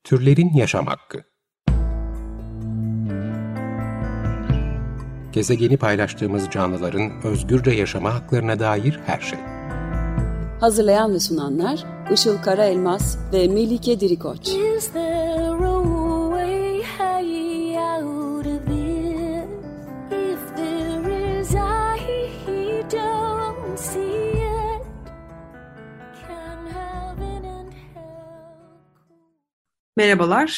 Türlerin yaşam hakkı. Gezegeni paylaştığımız canlıların özgürce yaşama haklarına dair her şey. Hazırlayan ve sunanlar Işıl Karaelmaz ve Melike Dirikoç. Merhabalar,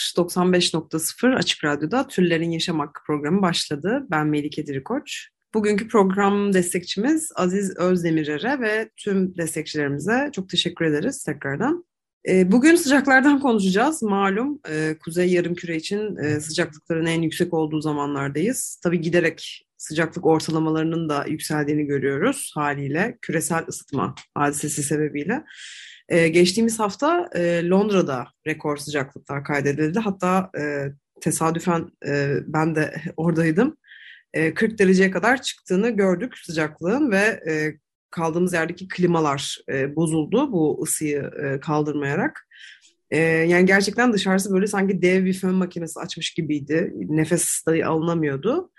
95.0 Açık Radyo'da Türlerin Yaşam Hakkı programı başladı. Ben Melike Dirikoç. Bugünkü program destekçimiz Aziz Özdemirer'e ve tüm destekçilerimize çok teşekkür ederiz tekrardan. Bugün sıcaklardan konuşacağız. Malum Kuzey Yarımküre için sıcaklıkların en yüksek olduğu zamanlardayız. Tabii giderek sıcaklık ortalamalarının da yükseldiğini görüyoruz haliyle. Küresel ısıtma hadisesi sebebiyle. Geçtiğimiz hafta Londra'da rekor sıcaklıklar kaydedildi. Hatta tesadüfen ben de oradaydım. 40 dereceye kadar çıktığını gördük sıcaklığın ve kaldığımız yerdeki klimalar bozuldu bu ısıyı kaldırmayarak. Yani gerçekten dışarısı böyle sanki dev bir fön makinesi açmış gibiydi. Nefes dahi alınamıyordu.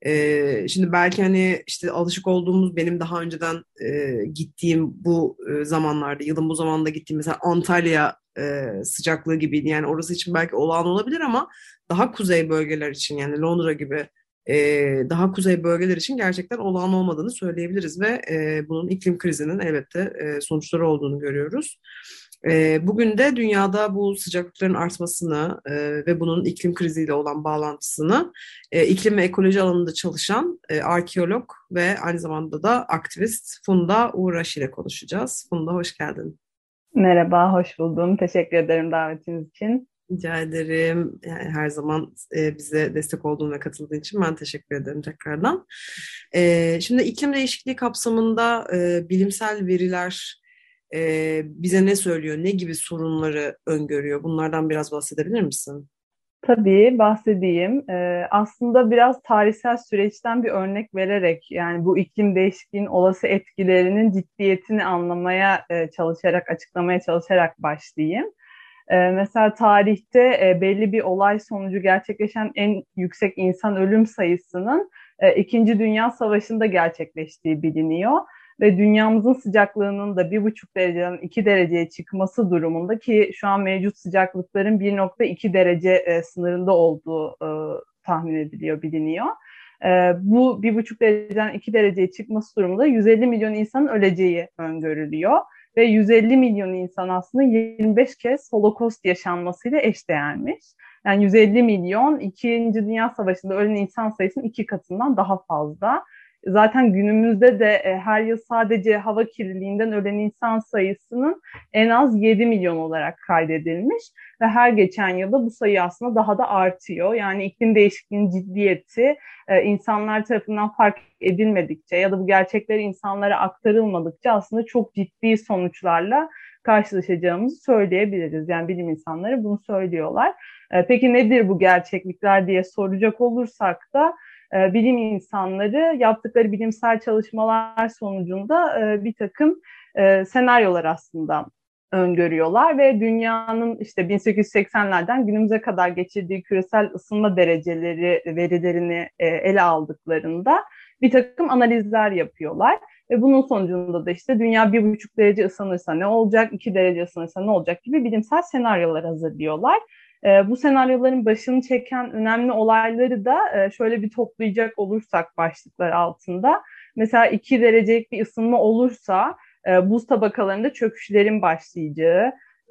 Şimdi belki hani işte alışık olduğumuz benim daha önceden gittiğim bu zamanlarda, yılın bu zamanında gittiğim mesela Antalya sıcaklığı gibiydi. Yani orası için belki olağan olabilir ama daha kuzey bölgeler için yani Londra gibi daha kuzey bölgeler için gerçekten olağan olmadığını söyleyebiliriz ve bunun iklim krizinin elbette sonuçları olduğunu görüyoruz. Bugün de dünyada bu sıcaklıkların artmasını ve bunun iklim kriziyle olan bağlantısını iklim ve ekoloji alanında çalışan arkeolog ve aynı zamanda da aktivist Funda Uğraş ile konuşacağız. Funda hoş geldin. Merhaba, hoş buldum. Teşekkür ederim davetiniz için. Rica ederim. Yani her zaman bize destek olduğun ve katıldığın için ben teşekkür ederim tekrardan. Şimdi iklim değişikliği kapsamında bilimsel veriler bize ne söylüyor, ne gibi sorunları öngörüyor? Bunlardan biraz bahsedebilir misin? Tabii bahsedeyim. Aslında biraz tarihsel süreçten bir örnek vererek yani bu iklim değişikliğinin olası etkilerinin ciddiyetini anlamaya çalışarak, açıklamaya çalışarak başlayayım. Mesela tarihte belli bir olay sonucu gerçekleşen en yüksek insan ölüm sayısının İkinci Dünya Savaşı'nda gerçekleştiği biliniyor. Ve dünyamızın sıcaklığının da 1,5 dereceden 2 dereceye çıkması durumunda ki şu an mevcut sıcaklıkların 1,2 derece sınırında olduğu tahmin ediliyor, biliniyor. Bu 1,5 dereceden 2 dereceye çıkması durumunda 150 milyon insanın öleceği öngörülüyor. Ve 150 milyon insan aslında 25 kez Holocaust yaşanmasıyla eşdeğermiş. Yani 150 milyon 2. Dünya Savaşı'nda ölen insan sayısının 2 katından daha fazla. Zaten günümüzde de her yıl sadece hava kirliliğinden ölen insan sayısının en az 7 milyon olarak kaydedilmiş ve her geçen yılda bu sayı aslında daha da artıyor. Yani iklim değişikliğinin ciddiyeti insanlar tarafından fark edilmedikçe ya da bu gerçekleri insanlara aktarılmadıkça aslında çok ciddi sonuçlarla karşılaşacağımızı söyleyebiliriz. Yani bilim insanları bunu söylüyorlar. Peki nedir bu gerçeklikler diye soracak olursak da bilim insanları yaptıkları bilimsel çalışmalar sonucunda bir takım senaryolar aslında öngörüyorlar ve dünyanın işte 1880'lerden günümüze kadar geçirdiği küresel ısınma dereceleri verilerini ele aldıklarında bir takım analizler yapıyorlar. Ve bunun sonucunda da işte dünya 1,5 derece ısınırsa ne olacak, 2 derece ısınırsa ne olacak gibi bilimsel senaryolar hazırlıyorlar. Bu senaryoların başını çeken önemli olayları da şöyle bir toplayacak olursak başlıklar altında. Mesela 2 derecelik bir ısınma olursa buz tabakalarında çöküşlerin başlayacağı,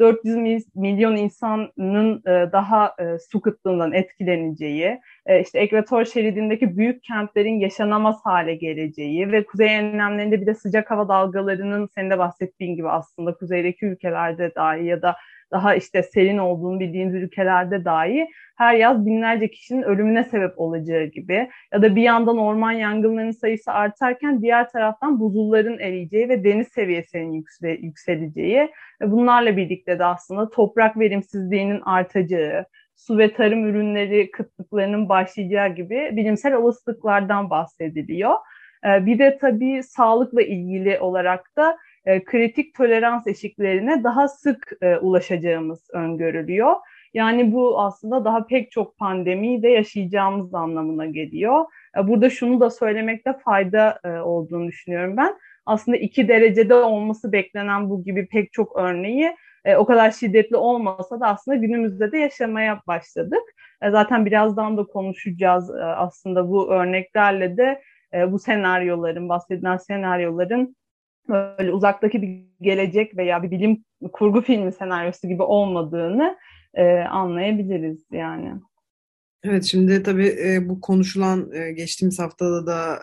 400 milyon insanın daha su kıtlığından etkileneceği, işte ekvator şeridindeki büyük kentlerin yaşanamaz hale geleceği ve kuzey enlemlerinde bir de sıcak hava dalgalarının senin de bahsettiğin gibi aslında kuzeydeki ülkelerde dahi ya da daha işte serin olduğunu bildiğimiz ülkelerde dahi her yaz binlerce kişinin ölümüne sebep olacağı gibi ya da bir yandan orman yangınlarının sayısı artarken diğer taraftan buzulların eriyeceği ve deniz seviyesinin yükseleceği ve bunlarla birlikte de aslında toprak verimsizliğinin artacağı, su ve tarım ürünleri kıtlıklarının başlayacağı gibi bilimsel olasılıklardan bahsediliyor. Bir de tabii sağlıkla ilgili olarak da kritik tolerans eşiklerine daha sık ulaşacağımız öngörülüyor. Yani bu aslında daha pek çok pandemiyi de yaşayacağımız anlamına geliyor. Burada şunu da söylemekte fayda olduğunu düşünüyorum ben. Aslında 2 derecede olması beklenen bu gibi pek çok örneği o kadar şiddetli olmasa da aslında günümüzde de yaşamaya başladık. Zaten birazdan da konuşacağız aslında bu örneklerle de bu senaryoların, bahsedilen senaryoların böyle uzaktaki bir gelecek veya bir bilim kurgu filmi senaryosu gibi olmadığını anlayabiliriz yani. Evet, şimdi tabii bu konuşulan geçtiğimiz haftada da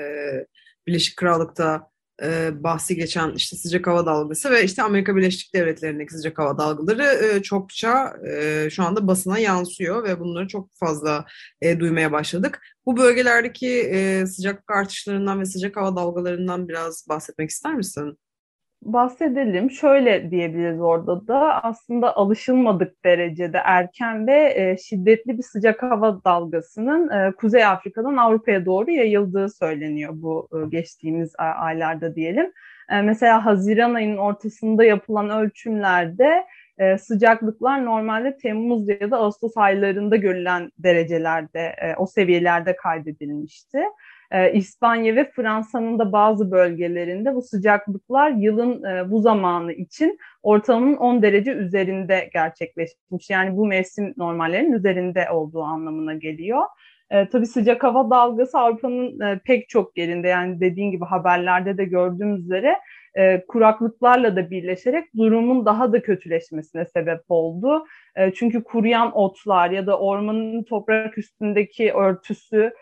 Birleşik Krallık'ta bahsi geçen işte sıcak hava dalgası ve işte Amerika Birleşik Devletleri'ndeki sıcak hava dalgaları çokça şu anda basına yansıyor ve bunları çok fazla duymaya başladık. Bu bölgelerdeki sıcaklık artışlarından ve sıcak hava dalgalarından biraz bahsetmek ister misin? Bahsedelim. Şöyle diyebiliriz orada da aslında alışılmadık derecede erken ve şiddetli bir sıcak hava dalgasının Kuzey Afrika'dan Avrupa'ya doğru yayıldığı söyleniyor bu geçtiğimiz aylarda diyelim. Mesela Haziran ayının ortasında yapılan ölçümlerde sıcaklıklar normalde Temmuz ya da Ağustos aylarında görülen derecelerde, o seviyelerde kaydedilmişti. İspanya ve Fransa'nın da bazı bölgelerinde bu sıcaklıklar yılın bu zamanı için ortalamanın 10 derece üzerinde gerçekleşmiş. Yani bu mevsim normallerinin üzerinde olduğu anlamına geliyor. Tabii sıcak hava dalgası Avrupa'nın pek çok yerinde, yani dediğin gibi haberlerde de gördüğümüz üzere kuraklıklarla da birleşerek durumun daha da kötüleşmesine sebep oldu. Çünkü kuruyan otlar ya da ormanın toprak üstündeki örtüsü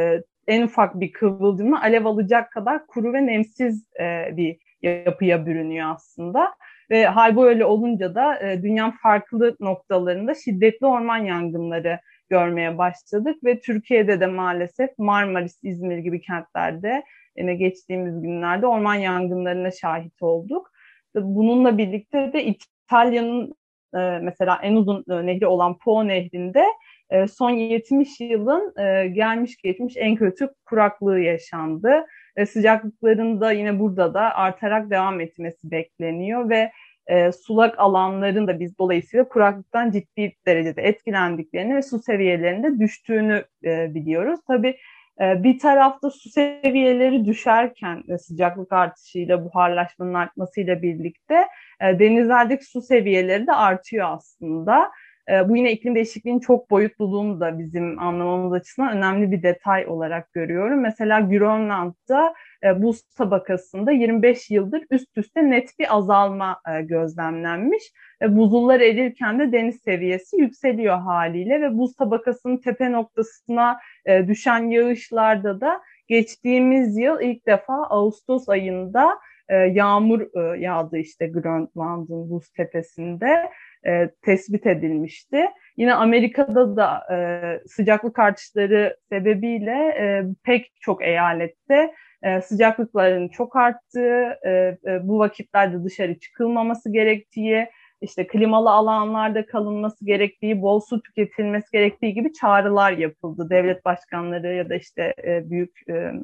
en ufak bir kıvılcımla alev alacak kadar kuru ve nemsiz bir yapıya bürünüyor aslında. Ve hal böyle olunca da dünyanın farklı noktalarında şiddetli orman yangınları görmeye başladık ve Türkiye'de de maalesef Marmaris, İzmir gibi kentlerde yine geçtiğimiz günlerde orman yangınlarına şahit olduk. Bununla birlikte de İtalya'nın mesela en uzun nehri olan Po Nehri'nde son 70 yılın gelmiş geçmiş en kötü kuraklığı yaşandı. Sıcaklıkların da yine burada da artarak devam etmesi bekleniyor ve sulak alanların da biz dolayısıyla kuraklıktan ciddi derecede etkilendiklerini ve su seviyelerinde düştüğünü biliyoruz. Tabii bir tarafta su seviyeleri düşerken sıcaklık artışıyla, buharlaşmanın artmasıyla birlikte denizlerdeki su seviyeleri de artıyor aslında. Bu yine iklim değişikliğinin çok boyutluluğunu da bizim anlamamız açısından önemli bir detay olarak görüyorum. Mesela Grönland'da buz tabakasında 25 yıldır üst üste net bir azalma gözlemlenmiş. Buzullar erirken de deniz seviyesi yükseliyor haliyle ve buz tabakasının tepe noktasına düşen yağışlarda da geçtiğimiz yıl ilk defa Ağustos ayında yağmur yağdı işte Grönland'ın buz tepesinde tespit edilmişti. Yine Amerika'da da sıcaklık artışları sebebiyle pek çok eyalette sıcaklıkların çok arttığı, bu vakitlerde dışarı çıkılmaması gerektiği, işte klimalı alanlarda kalınması gerektiği, bol su tüketilmesi gerektiği gibi çağrılar yapıldı. Devlet başkanları ya da işte büyük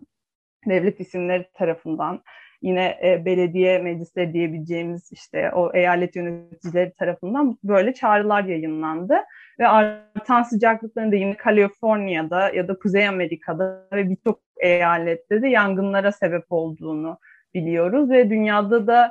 devlet isimleri tarafından, yine belediye meclisleri diyebileceğimiz işte o eyalet yöneticileri tarafından böyle çağrılar yayınlandı. Ve artan sıcaklıkların da yine Kaliforniya'da ya da Kuzey Amerika'da ve birçok eyalette de yangınlara sebep olduğunu biliyoruz. Ve dünyada da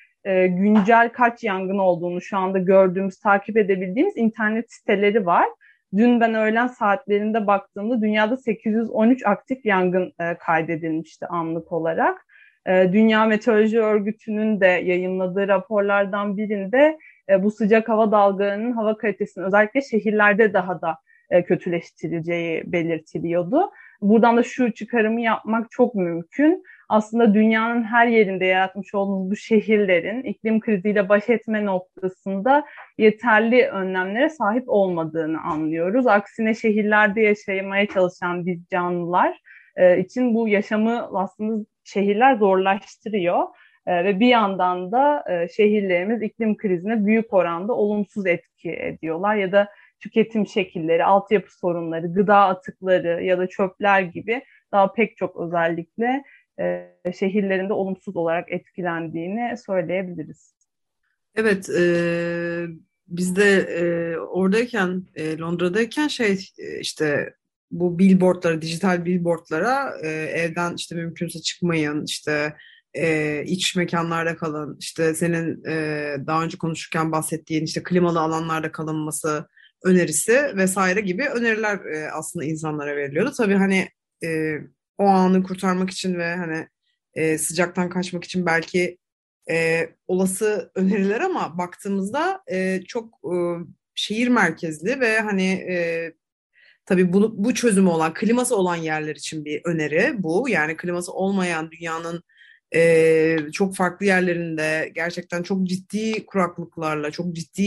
güncel kaç yangın olduğunu şu anda gördüğümüz, takip edebildiğimiz internet siteleri var. Dün ben öğlen saatlerinde baktığımda dünyada 813 aktif yangın kaydedilmişti anlık olarak. Dünya Meteoroloji Örgütü'nün de yayınladığı raporlardan birinde bu sıcak hava dalgalarının hava kalitesini özellikle şehirlerde daha da kötüleştireceği belirtiliyordu. Buradan da şu çıkarımı yapmak çok mümkün. Aslında dünyanın her yerinde yaratmış olduğumuz bu şehirlerin iklim kriziyle baş etme noktasında yeterli önlemlere sahip olmadığını anlıyoruz. Aksine şehirlerde yaşamaya çalışan biz canlılar için bu yaşamı aslında şehirler zorlaştırıyor. Ve bir yandan da şehirlerimiz iklim krizine büyük oranda olumsuz etki ediyorlar ya da tüketim şekilleri, altyapı sorunları, gıda atıkları ya da çöpler gibi daha pek çok özellikle şehirlerinde olumsuz olarak etkilendiğini söyleyebiliriz. Evet, Biz de oradayken, Londra'dayken işte bu billboardlara, dijital billboardlara evden işte mümkünse çıkmayın, işte iç mekanlarda kalın, işte senin daha önce konuşurken bahsettiğin işte klimalı alanlarda kalınması önerisi vesaire gibi öneriler aslında insanlara veriliyordu. Tabii hani e, o anı kurtarmak için ve hani sıcaktan kaçmak için belki olası öneriler ama baktığımızda çok şehir merkezli ve hani tabii bu çözümü olan, kliması olan yerler için bir öneri bu. Yani kliması olmayan dünyanın çok farklı yerlerinde gerçekten çok ciddi kuraklıklarla, çok ciddi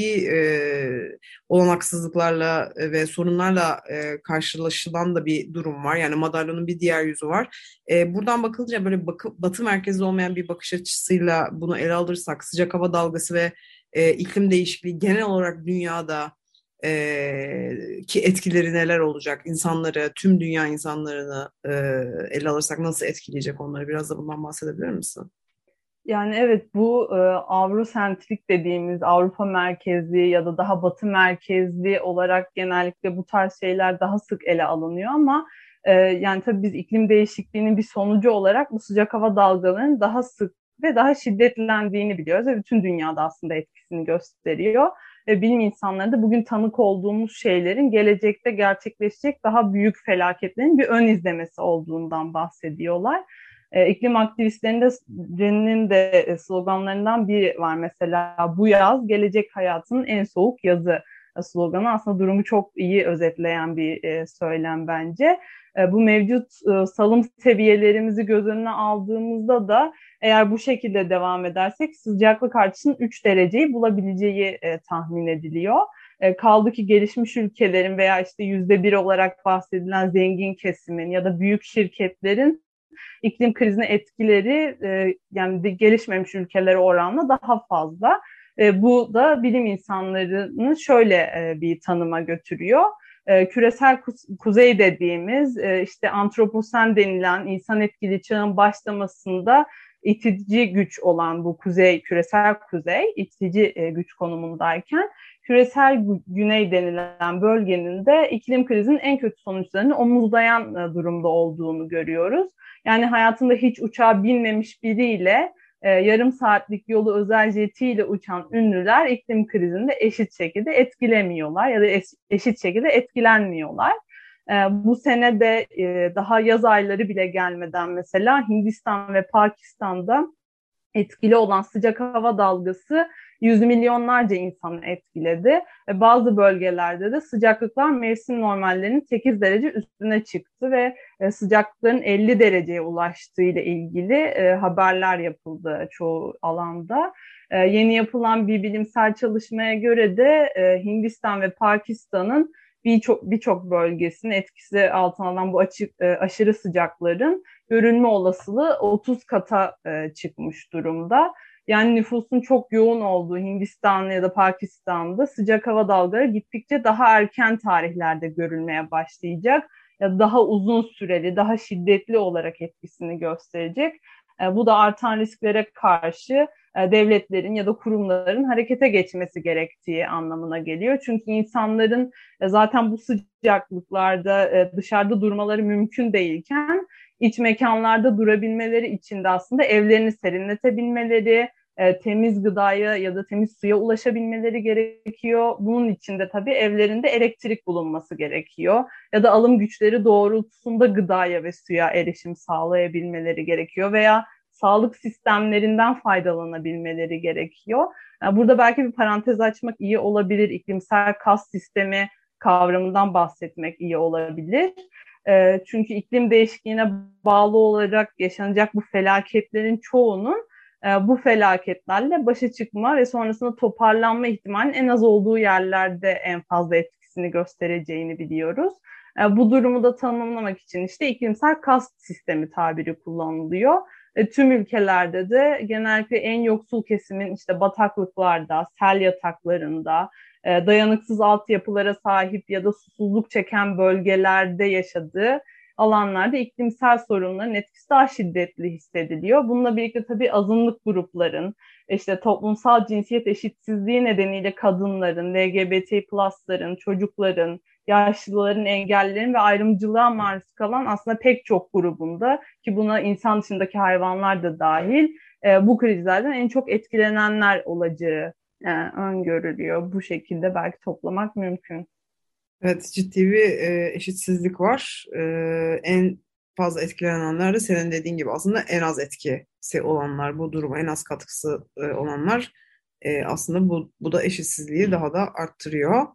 olanaksızlıklarla ve sorunlarla karşılaşılan da bir durum var. Yani madalyonun bir diğer yüzü var. Buradan bakılınca böyle batı merkezli olmayan bir bakış açısıyla bunu ele alırsak sıcak hava dalgası ve iklim değişikliği genel olarak dünyada ki etkileri neler olacak? İnsanları, tüm dünya insanlarını ele alırsak nasıl etkileyecek onları? Biraz da bundan bahsedebilir misin? Yani evet, bu Avrosentrik dediğimiz Avrupa merkezli ya da daha Batı merkezli olarak genellikle bu tarz şeyler daha sık ele alınıyor ama yani tabii biz iklim değişikliğinin bir sonucu olarak bu sıcak hava dalgalarının daha sık ve daha şiddetlendiğini biliyoruz ve bütün dünyada aslında etkisini gösteriyor. Bilim insanları da bugün tanık olduğumuz şeylerin gelecekte gerçekleşecek daha büyük felaketlerin bir ön izlemesi olduğundan bahsediyorlar. İklim aktivistlerinin de sloganlarından biri var mesela, bu yaz gelecek hayatının en soğuk yazı sloganı aslında durumu çok iyi özetleyen bir söylem bence. Bu mevcut salım seviyelerimizi göz önüne aldığımızda da eğer bu şekilde devam edersek sıcaklık artışının 3 dereceyi bulabileceği tahmin ediliyor. Kaldı ki gelişmiş ülkelerin veya işte %1 olarak bahsedilen zengin kesimin ya da büyük şirketlerin iklim krizine etkileri yani gelişmemiş ülkelere oranla daha fazla. Bu da bilim insanlarını şöyle bir tanıma götürüyor. Küresel kuzey dediğimiz işte antroposen denilen insan etkili çağın başlamasında itici güç olan bu kuzey, küresel kuzey itici güç konumundayken küresel güney denilen bölgenin de iklim krizinin en kötü sonuçlarını omuzlayan durumda olduğunu görüyoruz. Yani hayatında hiç uçağa binmemiş biriyle yarım saatlik yolu özel jetiyle uçan ünlüler iklim krizinde eşit şekilde etkilemiyorlar ya da eşit şekilde etkilenmiyorlar. Bu sene de daha yaz ayları bile gelmeden mesela Hindistan ve Pakistan'da etkili olan sıcak hava dalgası yüz milyonlarca insanı etkiledi. Bazı bölgelerde de sıcaklıklar mevsim normallerinin 8 derece üstüne çıktı ve sıcaklıkların 50 dereceye ulaştığı ile ilgili haberler yapıldı çoğu alanda. Yeni yapılan bir bilimsel çalışmaya göre de Hindistan ve Pakistan'ın birçok bölgesinin etkisi altına alan bu aşırı sıcakların görülme olasılığı 30 kata çıkmış durumda. Yani nüfusun çok yoğun olduğu Hindistan ya da Pakistan'da sıcak hava dalgaları gittikçe daha erken tarihlerde görülmeye başlayacak. Ya da daha uzun süreli, daha şiddetli olarak etkisini gösterecek. Bu da artan risklere karşı devletlerin ya da kurumların harekete geçmesi gerektiği anlamına geliyor. Çünkü insanların zaten bu sıcaklıklarda dışarıda durmaları mümkün değilken iç mekanlarda durabilmeleri için de aslında evlerini serinletebilmeleri, temiz gıdaya ya da temiz suya ulaşabilmeleri gerekiyor. Bunun için de tabii evlerinde elektrik bulunması gerekiyor. Ya da alım güçleri doğrultusunda gıdaya ve suya erişim sağlayabilmeleri gerekiyor veya sağlık sistemlerinden faydalanabilmeleri gerekiyor. Yani burada belki bir parantez açmak iyi olabilir. İklimsel kas sistemi kavramından bahsetmek iyi olabilir. Çünkü iklim değişikliğine bağlı olarak yaşanacak bu felaketlerin çoğunun bu felaketlerle başa çıkma ve sonrasında toparlanma ihtimalinin en az olduğu yerlerde en fazla etkisini göstereceğini biliyoruz. Bu durumu da tanımlamak için işte iklimsel kast sistemi tabiri kullanılıyor. Tüm ülkelerde de genellikle en yoksul kesimin işte bataklıklarda, sel yataklarında, dayanıksız altyapılara sahip ya da susuzluk çeken bölgelerde yaşadığı alanlarda iklimsel sorunların etkisi daha şiddetli hissediliyor. Bununla birlikte tabii azınlık grupların, işte toplumsal cinsiyet eşitsizliği nedeniyle kadınların, LGBT+'ların, çocukların, yaşlıların, engellilerin ve ayrımcılığa maruz kalan aslında pek çok grubunda, ki buna insan dışındaki hayvanlar da dahil, bu krizlerden en çok etkilenenler olacağı öngörülüyor. Bu şekilde belki toplamak mümkün. Evet, ciddi bir eşitsizlik var. En fazla etkilenenler de senin dediğin gibi aslında en az etkisi olanlar, bu duruma en az katkısı olanlar. Aslında bu da eşitsizliği daha da arttırıyor.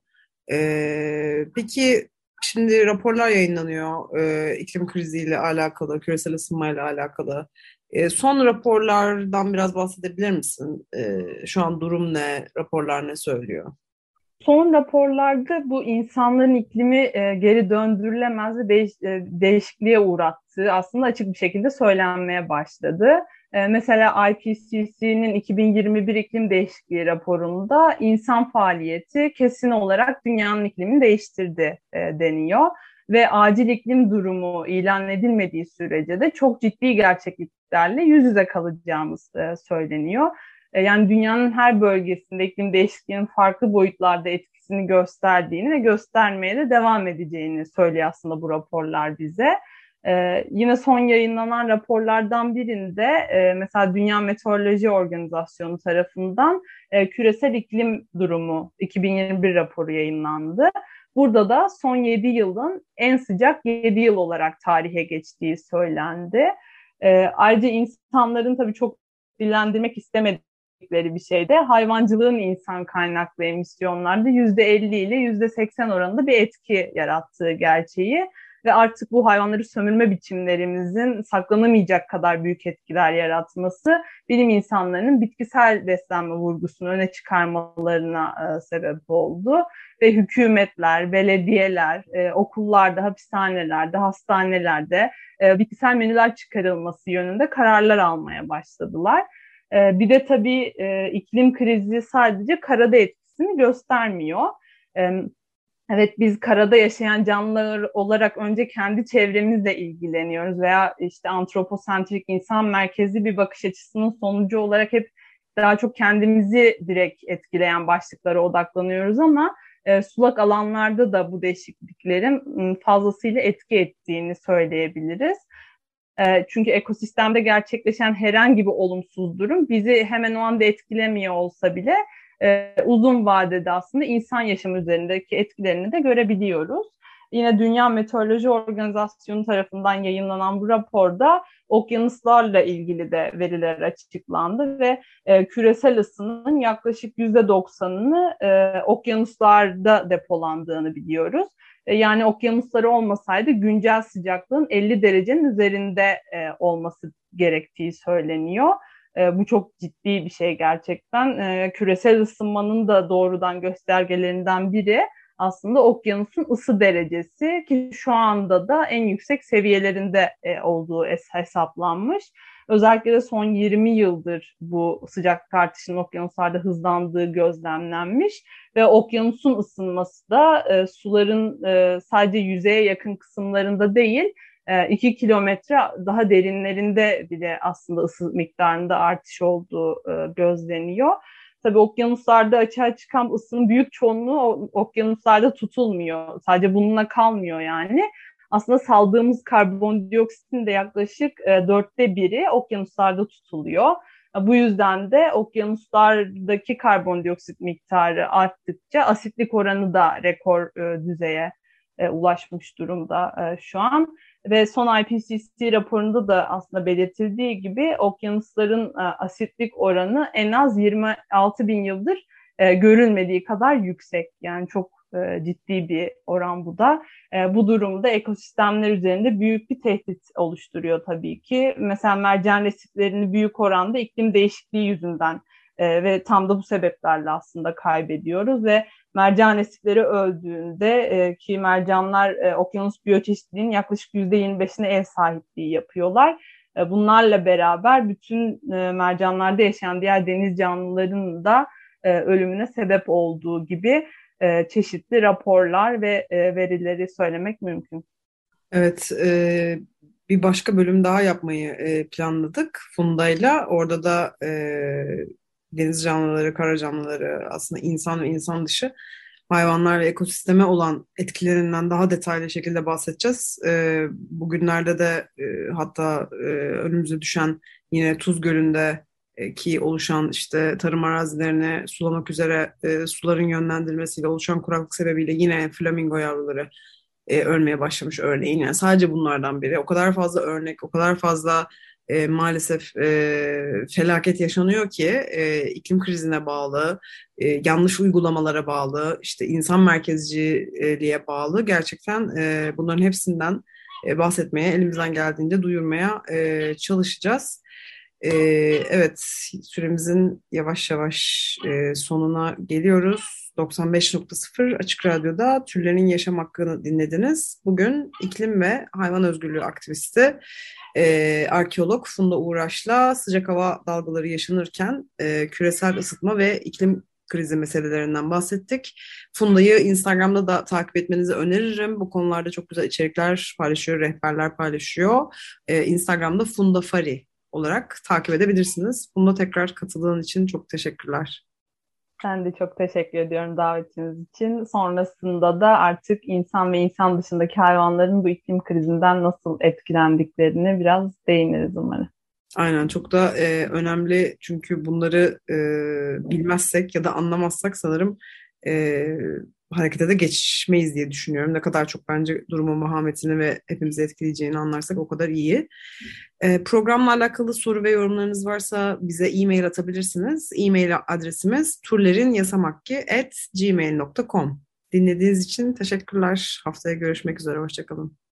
Peki şimdi raporlar yayınlanıyor iklim kriziyle alakalı, küresel ısınmayla alakalı. Son raporlardan biraz bahsedebilir misin? Şu an durum ne, raporlar ne söylüyor? Son raporlarda bu insanların iklimi geri döndürülemez ve değişikliğe uğrattığı aslında açık bir şekilde söylenmeye başladı. Mesela IPCC'nin 2021 iklim değişikliği raporunda insan faaliyeti kesin olarak dünyanın iklimini değiştirdi deniyor. Ve acil iklim durumu ilan edilmediği sürece de çok ciddi gerçekliklerle yüz yüze kalacağımız söyleniyor. Yani dünyanın her bölgesinde iklim değişikliğinin farklı boyutlarda etkisini gösterdiğini ve göstermeye de devam edeceğini söylüyor aslında bu raporlar bize. Yine son yayınlanan raporlardan birinde mesela Dünya Meteoroloji Organizasyonu tarafından küresel iklim durumu 2021 raporu yayınlandı. Burada da son 7 yılın en sıcak 7 yıl olarak tarihe geçtiği söylendi. Ayrıca insanların tabii çok dillendirmek istemedikleri bir şey de hayvancılığın insan kaynaklı emisyonlarda %50 ile %80 oranında bir etki yarattığı gerçeği ve artık bu hayvanları sömürme biçimlerimizin saklanamayacak kadar büyük etkiler yaratması bilim insanlarının bitkisel beslenme vurgusunu öne çıkarmalarına sebep oldu. Ve hükümetler, belediyeler, okullarda, hapishanelerde, hastanelerde bitkisel menüler çıkarılması yönünde kararlar almaya başladılar. Bir de tabii iklim krizi sadece karada etkisini göstermiyor. Evet, biz karada yaşayan canlılar olarak önce kendi çevremizle ilgileniyoruz veya işte antroposentrik, insan merkezli bir bakış açısının sonucu olarak hep daha çok kendimizi direkt etkileyen başlıklara odaklanıyoruz ama sulak alanlarda da bu değişikliklerin fazlasıyla etki ettiğini söyleyebiliriz. Çünkü ekosistemde gerçekleşen herhangi bir olumsuz durum bizi hemen o anda etkilemiyor olsa bile uzun vadede aslında insan yaşamı üzerindeki etkilerini de görebiliyoruz. Yine Dünya Meteoroloji Organizasyonu tarafından yayınlanan bu raporda okyanuslarla ilgili de veriler açıklandı ve küresel ısının yaklaşık %90'ını okyanuslarda depolandığını biliyoruz. Yani okyanusları olmasaydı güncel sıcaklığın 50 derecenin üzerinde olması gerektiği söyleniyor. Bu çok ciddi bir şey gerçekten. Küresel ısınmanın da doğrudan göstergelerinden biri aslında okyanusun ısı derecesi, ki şu anda da en yüksek seviyelerinde olduğu hesaplanmış. Özellikle de son 20 yıldır bu sıcaklık artışının okyanuslarda hızlandığı gözlemlenmiş ve okyanusun ısınması da suların sadece yüzeye yakın kısımlarında değil, 2 kilometre daha derinlerinde bile aslında ısı miktarında artış olduğu gözleniyor. Tabii okyanuslarda açığa çıkan ısının büyük çoğunluğu okyanuslarda tutulmuyor. Sadece bununla kalmıyor yani. Aslında saldığımız karbondioksitin de yaklaşık 1/4 okyanuslarda tutuluyor. Bu yüzden de okyanuslardaki karbondioksit miktarı arttıkça asitlik oranı da rekor düzeye ulaşmış durumda şu an. Ve son IPCC raporunda da aslında belirtildiği gibi okyanusların asitlik oranı en az 26 bin yıldır görülmediği kadar yüksek. Yani çok ciddi bir oran bu da. Bu durumda ekosistemler üzerinde büyük bir tehdit oluşturuyor tabii ki. Mesela mercan resiflerini büyük oranda iklim değişikliği yüzünden ve tam da bu sebeplerle aslında kaybediyoruz ve mercan resifleri öldüğünde ki mercanlar okyanus biyoçeşitliliğinin yaklaşık %25'ine ev sahipliği yapıyorlar. Bunlarla beraber bütün mercanlarda yaşayan diğer deniz canlılarının da ölümüne sebep olduğu gibi çeşitli raporlar ve verileri söylemek mümkün. Evet, bir başka bölüm daha yapmayı planladık Funda'yla. Orada da deniz canlıları, kara canlıları, aslında insan ve insan dışı hayvanlar ve ekosisteme olan etkilerinden daha detaylı şekilde bahsedeceğiz. Bugünlerde de hatta önümüze düşen yine Tuz Gölü'nde ki oluşan işte tarım arazilerini sulamak üzere suların yönlendirilmesiyle oluşan kuraklık sebebiyle yine flamingo yavruları ölmeye başlamış örneğin. Yani sadece bunlardan biri. O kadar fazla örnek, o kadar fazla maalesef felaket yaşanıyor ki iklim krizine bağlı, yanlış uygulamalara bağlı, işte insan merkezciliğe bağlı. Gerçekten bunların hepsinden bahsetmeye, elimizden geldiğince duyurmaya çalışacağız. Evet, süremizin yavaş yavaş sonuna geliyoruz. 95.0 Açık Radyo'da Türlerin Yaşam Hakkını dinlediniz. Bugün iklim ve hayvan özgürlüğü aktivisti, arkeolog Funda Uğraş'la sıcak hava dalgaları yaşanırken küresel ısıtma ve iklim krizi meselelerinden bahsettik. Funda'yı Instagram'da da takip etmenizi öneririm. Bu konularda çok güzel içerikler paylaşıyor, rehberler paylaşıyor. Instagram'da Funda Fari olarak takip edebilirsiniz. Bunda tekrar katıldığın için çok teşekkürler. Ben de çok teşekkür ediyorum davetiniz için. Sonrasında da artık insan ve insan dışındaki hayvanların bu iklim krizinden nasıl etkilendiklerini biraz değiniriz umarım. Aynen, çok da önemli çünkü bunları bilmezsek ya da anlamazsak sanırım e, harekete de geçmeyiz diye düşünüyorum. Ne kadar çok bence durumun vahametini ve hepimizi etkileyeceğini anlarsak o kadar iyi. Programla alakalı soru ve yorumlarınız varsa bize e-mail atabilirsiniz. E-mail adresimiz turlerinyasamakki@gmail.com. Dinlediğiniz için teşekkürler. Haftaya görüşmek üzere. Hoşça kalın.